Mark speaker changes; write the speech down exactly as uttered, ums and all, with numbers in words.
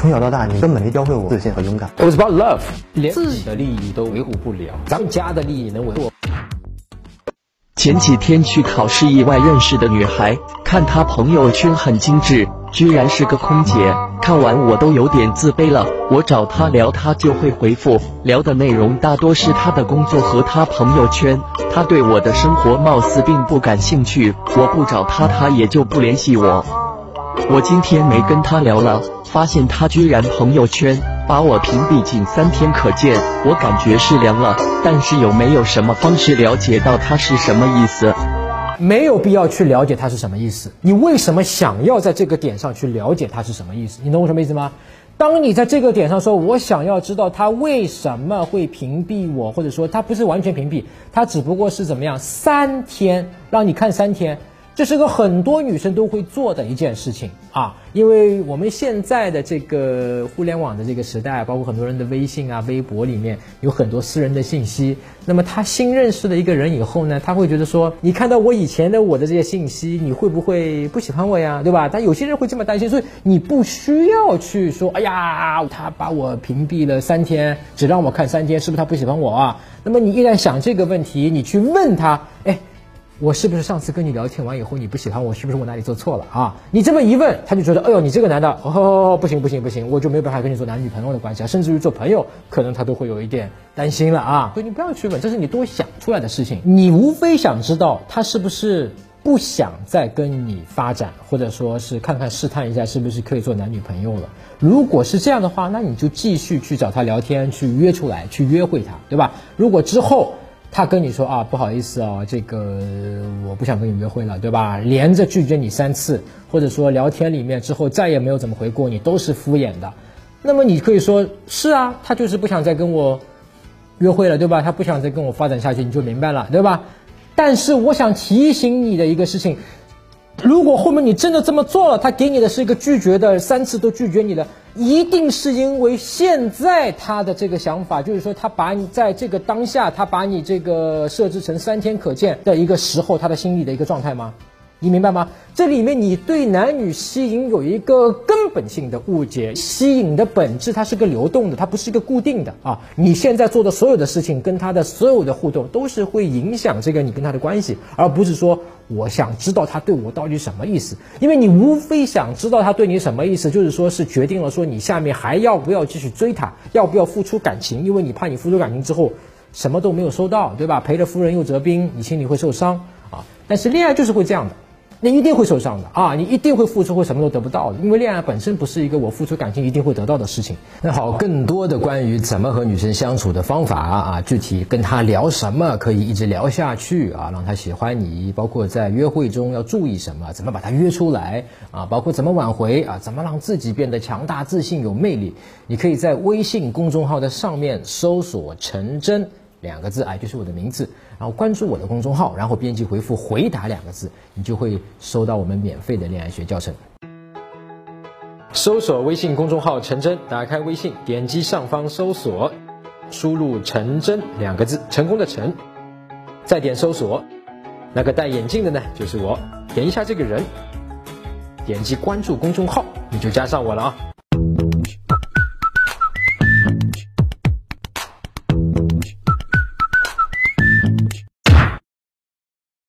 Speaker 1: 从小到大，你根本没教会我自信和勇敢。
Speaker 2: It was about love， 连自己的利益都维护不了，咱们家的利益能维护？
Speaker 3: 前几天去考试意外认识的女孩，看她朋友圈很精致，居然是个空姐。看完我都有点自卑了。我找她聊，她就会回复，聊的内容大多是她的工作和她朋友圈。她对我的生活貌似并不感兴趣，我不找她，她也就不联系我。我今天没跟她聊了，发现她居然朋友圈把我屏蔽仅三天可见，我感觉是凉了。但是有没有什么方式了解到她是什么意思？
Speaker 4: 没有必要去了解他是什么意思。你为什么想要在这个点上去了解他是什么意思？你懂我什么意思吗？当你在这个点上说我想要知道他为什么会屏蔽我，或者说他不是完全屏蔽，他只不过是怎么样三天让你看三天，这是个很多女生都会做的一件事情啊。因为我们现在的这个互联网的这个时代，包括很多人的微信啊、微博里面有很多私人的信息。那么他新认识了一个人以后呢，他会觉得说，你看到我以前的我的这些信息，你会不会不喜欢我呀，对吧？但有些人会这么担心，所以你不需要去说，哎呀，他把我屏蔽了三天，只让我看三天，是不是他不喜欢我啊？那么你依然想这个问题，你去问他，哎，我是不是上次跟你聊天完以后你不喜欢我，是不是我哪里做错了啊？你这么一问，他就觉得，哎呦，你这个男的，哦，不行不行不行，我就没有办法跟你做男女朋友的关系啊，甚至于做朋友，可能他都会有一点担心了啊。所以你不要去问，这是你多想出来的事情。你无非想知道他是不是不想再跟你发展，或者说是看看试探一下是不是可以做男女朋友了。如果是这样的话，那你就继续去找他聊天，去约出来，去约会他，对吧？如果之后他跟你说啊，不好意思啊，这个我不想跟你约会了，对吧？连着拒绝你三次，或者说聊天里面之后再也没有怎么回过你，都是敷衍的。那么你可以说，是啊，他就是不想再跟我约会了，对吧？他不想再跟我发展下去，你就明白了，对吧？但是我想提醒你的一个事情，如果后面你真的这么做了，他给你的是一个拒绝的，三次都拒绝你的，一定是因为现在他的这个想法，就是说他把你在这个当下，他把你这个设置成三天可见的一个时候，他的心理的一个状态吗？你明白吗？这里面你对男女吸引有一个根本性的误解，吸引的本质它是个流动的，它不是一个固定的啊。你现在做的所有的事情跟他的所有的互动都是会影响这个你跟他的关系，而不是说我想知道他对我到底什么意思。因为你无非想知道他对你什么意思，就是说是决定了说你下面还要不要继续追他，要不要付出感情，因为你怕你付出感情之后什么都没有收到，对吧？赔了夫人又折兵，你心里会受伤啊。但是恋爱就是会这样的，你一定会受伤的啊！你一定会付出，会什么都得不到的，因为恋爱本身不是一个我付出感情一定会得到的事情。
Speaker 2: 那好，更多的关于怎么和女生相处的方法啊，具体跟她聊什么可以一直聊下去啊，让她喜欢你，包括在约会中要注意什么，怎么把她约出来啊，包括怎么挽回啊，怎么让自己变得强大、自信、有魅力，你可以在微信公众号的上面搜索陈真两个字，哎，就是我的名字，然后关注我的公众号，然后编辑回复回答两个字，你就会收到我们免费的恋爱学教程。搜索微信公众号陈真，打开微信，点击上方搜索，输入陈真两个字，成功的陈，再点搜索，那个戴眼镜的呢就是我，点一下这个人，点击关注公众号，你就加上我了啊。